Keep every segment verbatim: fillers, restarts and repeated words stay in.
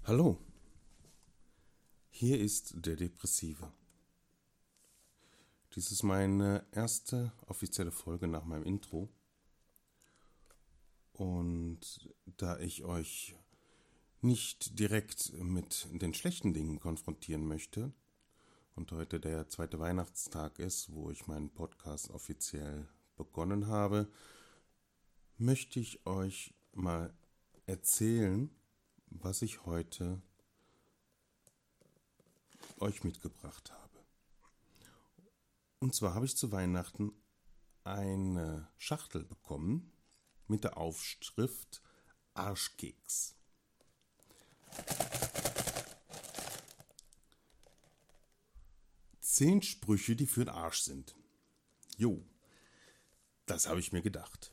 Hallo, hier ist der Depressive. Dies ist meine erste offizielle Folge nach meinem Intro. Und da ich euch nicht direkt mit den schlechten Dingen konfrontieren möchte und heute der zweite Weihnachtstag ist, wo ich meinen Podcast offiziell begonnen habe, möchte ich euch mal erzählen, was ich heute euch mitgebracht habe. Und zwar habe ich zu Weihnachten eine Schachtel bekommen mit der Aufschrift Arschkeks. Zehn Sprüche, die für den Arsch sind. Jo, das habe ich mir gedacht.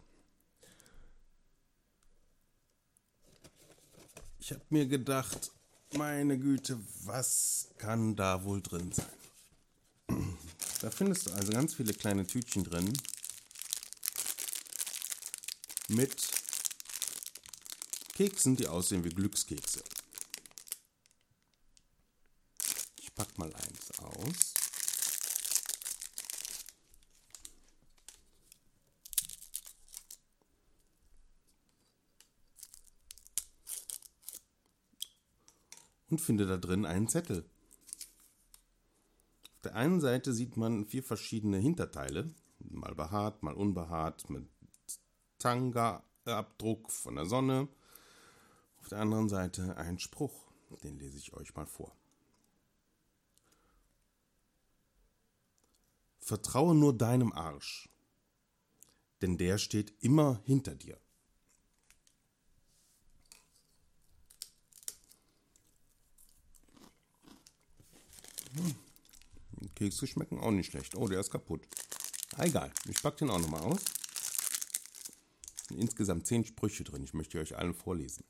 Ich habe mir gedacht, meine Güte, was kann da wohl drin sein? Da findest du also ganz viele kleine Tütchen drin mit Keksen, die aussehen wie Glückskekse. Ich pack mal eins aus. Und finde da drin einen Zettel. Auf der einen Seite sieht man vier verschiedene Hinterteile, mal behaart, mal unbehaart, mit Tanga-Abdruck von der Sonne. Auf der anderen Seite ein Spruch, den lese ich euch mal vor. Vertraue nur deinem Arsch, denn der steht immer hinter dir. Hm. Die Kekse schmecken auch nicht schlecht. Oh, der ist kaputt. Ah, egal, ich packe den auch nochmal aus. Es sind insgesamt zehn Sprüche drin. Ich möchte euch allen vorlesen.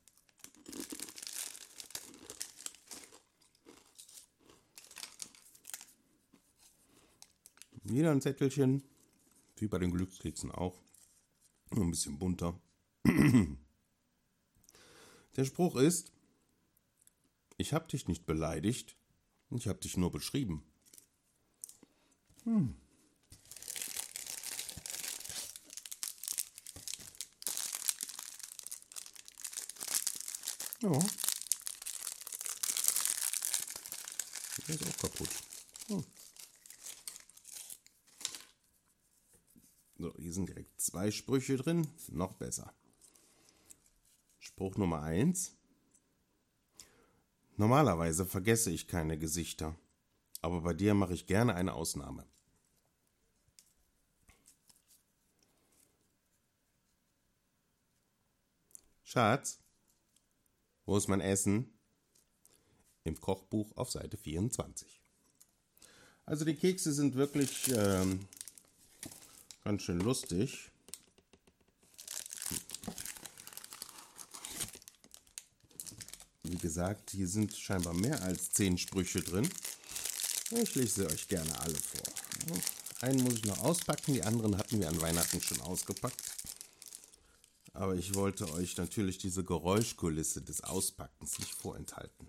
Wieder ein Zettelchen, wie bei den Glückskeksen auch. Nur ein bisschen bunter. Der Spruch ist: Ich habe dich nicht beleidigt, ich habe dich nur beschrieben. Hm. Ja. Der ist auch kaputt. Hm. So, hier sind direkt zwei Sprüche drin. Noch besser. Spruch Nummer eins. Normalerweise vergesse ich keine Gesichter, aber bei dir mache ich gerne eine Ausnahme. Schatz, wo ist mein Essen? Im Kochbuch auf Seite vierundzwanzig. Also die Kekse sind wirklich ähm, ganz schön lustig. Wie gesagt, hier sind scheinbar mehr als zehn Sprüche drin. Ich lese sie euch gerne alle vor. Einen muss ich noch auspacken, die anderen hatten wir an Weihnachten schon ausgepackt. Aber ich wollte euch natürlich diese Geräuschkulisse des Auspackens nicht vorenthalten.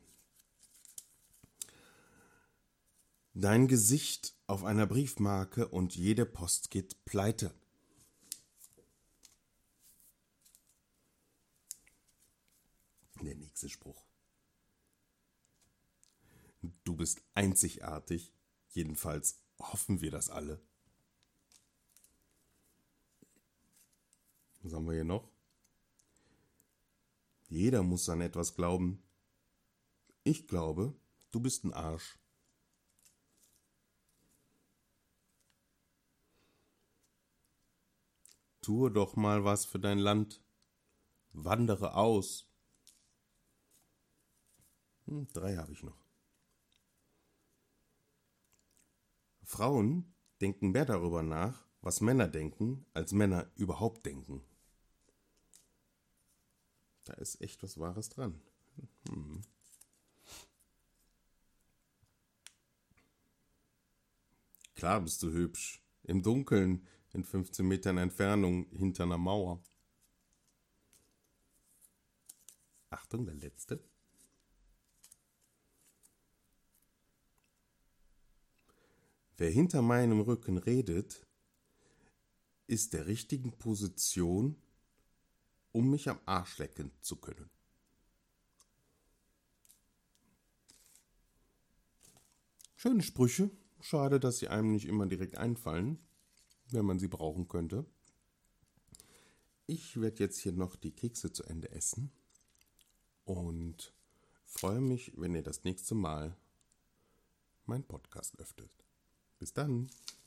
Dein Gesicht auf einer Briefmarke und jede Post geht pleite. Der nächste Spruch. Du bist einzigartig, jedenfalls hoffen wir das alle. Was haben wir hier noch? Jeder muss an etwas glauben. Ich glaube, du bist ein Arsch. Tue doch mal was für dein Land. Wandere aus. Hm, drei habe ich noch. Frauen denken mehr darüber nach, was Männer denken, als Männer überhaupt denken. Da ist echt was Wahres dran. Hm. Klar bist du hübsch. Im Dunkeln, in fünfzehn Metern Entfernung, hinter einer Mauer. Achtung, der letzte. Wer hinter meinem Rücken redet, ist der richtigen Position, um mich am Arsch lecken zu können. Schöne Sprüche. Schade, dass sie einem nicht immer direkt einfallen, wenn man sie brauchen könnte. Ich werde jetzt hier noch die Kekse zu Ende essen und freue mich, wenn ihr das nächste Mal meinen Podcast öffnet. Bis dann.